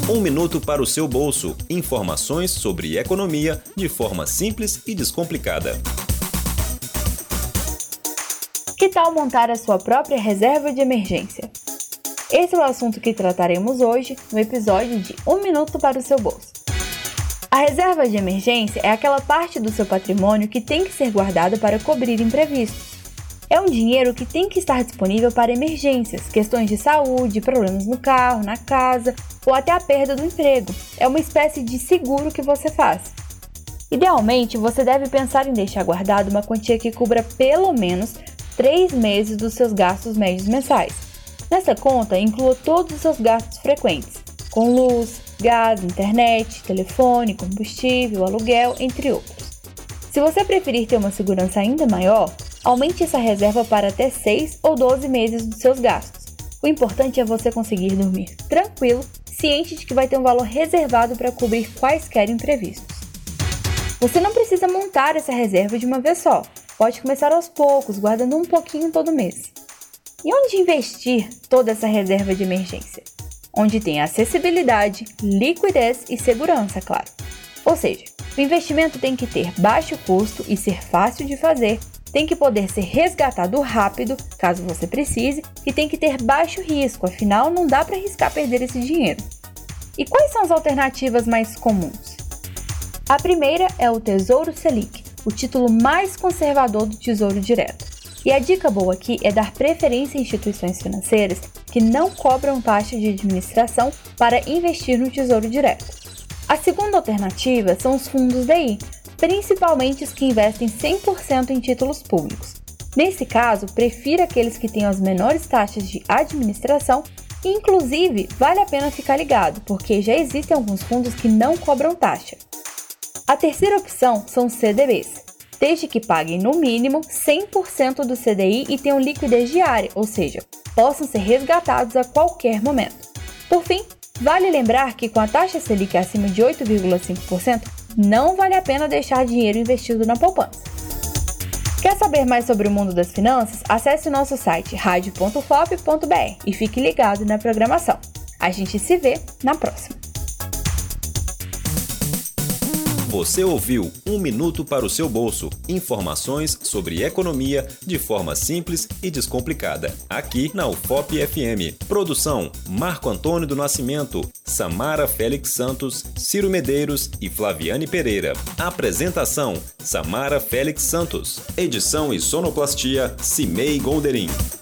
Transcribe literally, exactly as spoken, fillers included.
Um minuto para o seu bolso. Informações sobre economia de forma simples e descomplicada. Que tal montar a sua própria reserva de emergência? Esse é o assunto que trataremos hoje no episódio de Um Minuto para o seu bolso. A reserva de emergência é aquela parte do seu patrimônio que tem que ser guardada para cobrir imprevistos. É um dinheiro que tem que estar disponível para emergências, questões de saúde, problemas no carro, na casa ou até a perda do emprego. É uma espécie de seguro que você faz. Idealmente, você deve pensar em deixar guardado uma quantia que cubra pelo menos três meses dos seus gastos médios mensais. Nessa conta, inclua todos os seus gastos frequentes, com luz, gás, internet, telefone, combustível, aluguel, entre outros. Se você preferir ter uma segurança ainda maior, aumente essa reserva para até seis ou doze meses dos seus gastos. O importante é você conseguir dormir tranquilo, ciente de que vai ter um valor reservado para cobrir quaisquer imprevistos. Você não precisa montar essa reserva de uma vez só. Pode começar aos poucos, guardando um pouquinho todo mês. E onde investir toda essa reserva de emergência? Onde tem acessibilidade, liquidez e segurança, claro. Ou seja, o investimento tem que ter baixo custo e ser fácil de fazer, tem que poder ser resgatado rápido, caso você precise, e tem que ter baixo risco, afinal não dá para arriscar perder esse dinheiro. E quais são as alternativas mais comuns? A primeira é o Tesouro Selic, o título mais conservador do Tesouro Direto. E a dica boa aqui é dar preferência a instituições financeiras que não cobram taxa de administração para investir no Tesouro Direto. A segunda alternativa são os fundos D I, principalmente os que investem cem por cento em títulos públicos. Nesse caso, prefira aqueles que tenham as menores taxas de administração e, inclusive, vale a pena ficar ligado, porque já existem alguns fundos que não cobram taxa. A terceira opção são os C D Bs, desde que paguem no mínimo cem por cento do C D I e tenham liquidez diária, ou seja, possam ser resgatados a qualquer momento. Por fim, vale lembrar que com a taxa Selic acima de oito vírgula cinco por cento, não vale a pena deixar dinheiro investido na poupança. Quer saber mais sobre o mundo das finanças? Acesse o nosso site radio ponto fop ponto b r e fique ligado na programação. A gente se vê na próxima. Você ouviu Um Minuto para o seu bolso. Informações sobre economia de forma simples e descomplicada. Aqui na U F O P F M. Produção: Marco Antônio do Nascimento, Samara Félix Santos, Ciro Medeiros e Flaviane Pereira. Apresentação: Samara Félix Santos. Edição e sonoplastia: Cimei Golderin.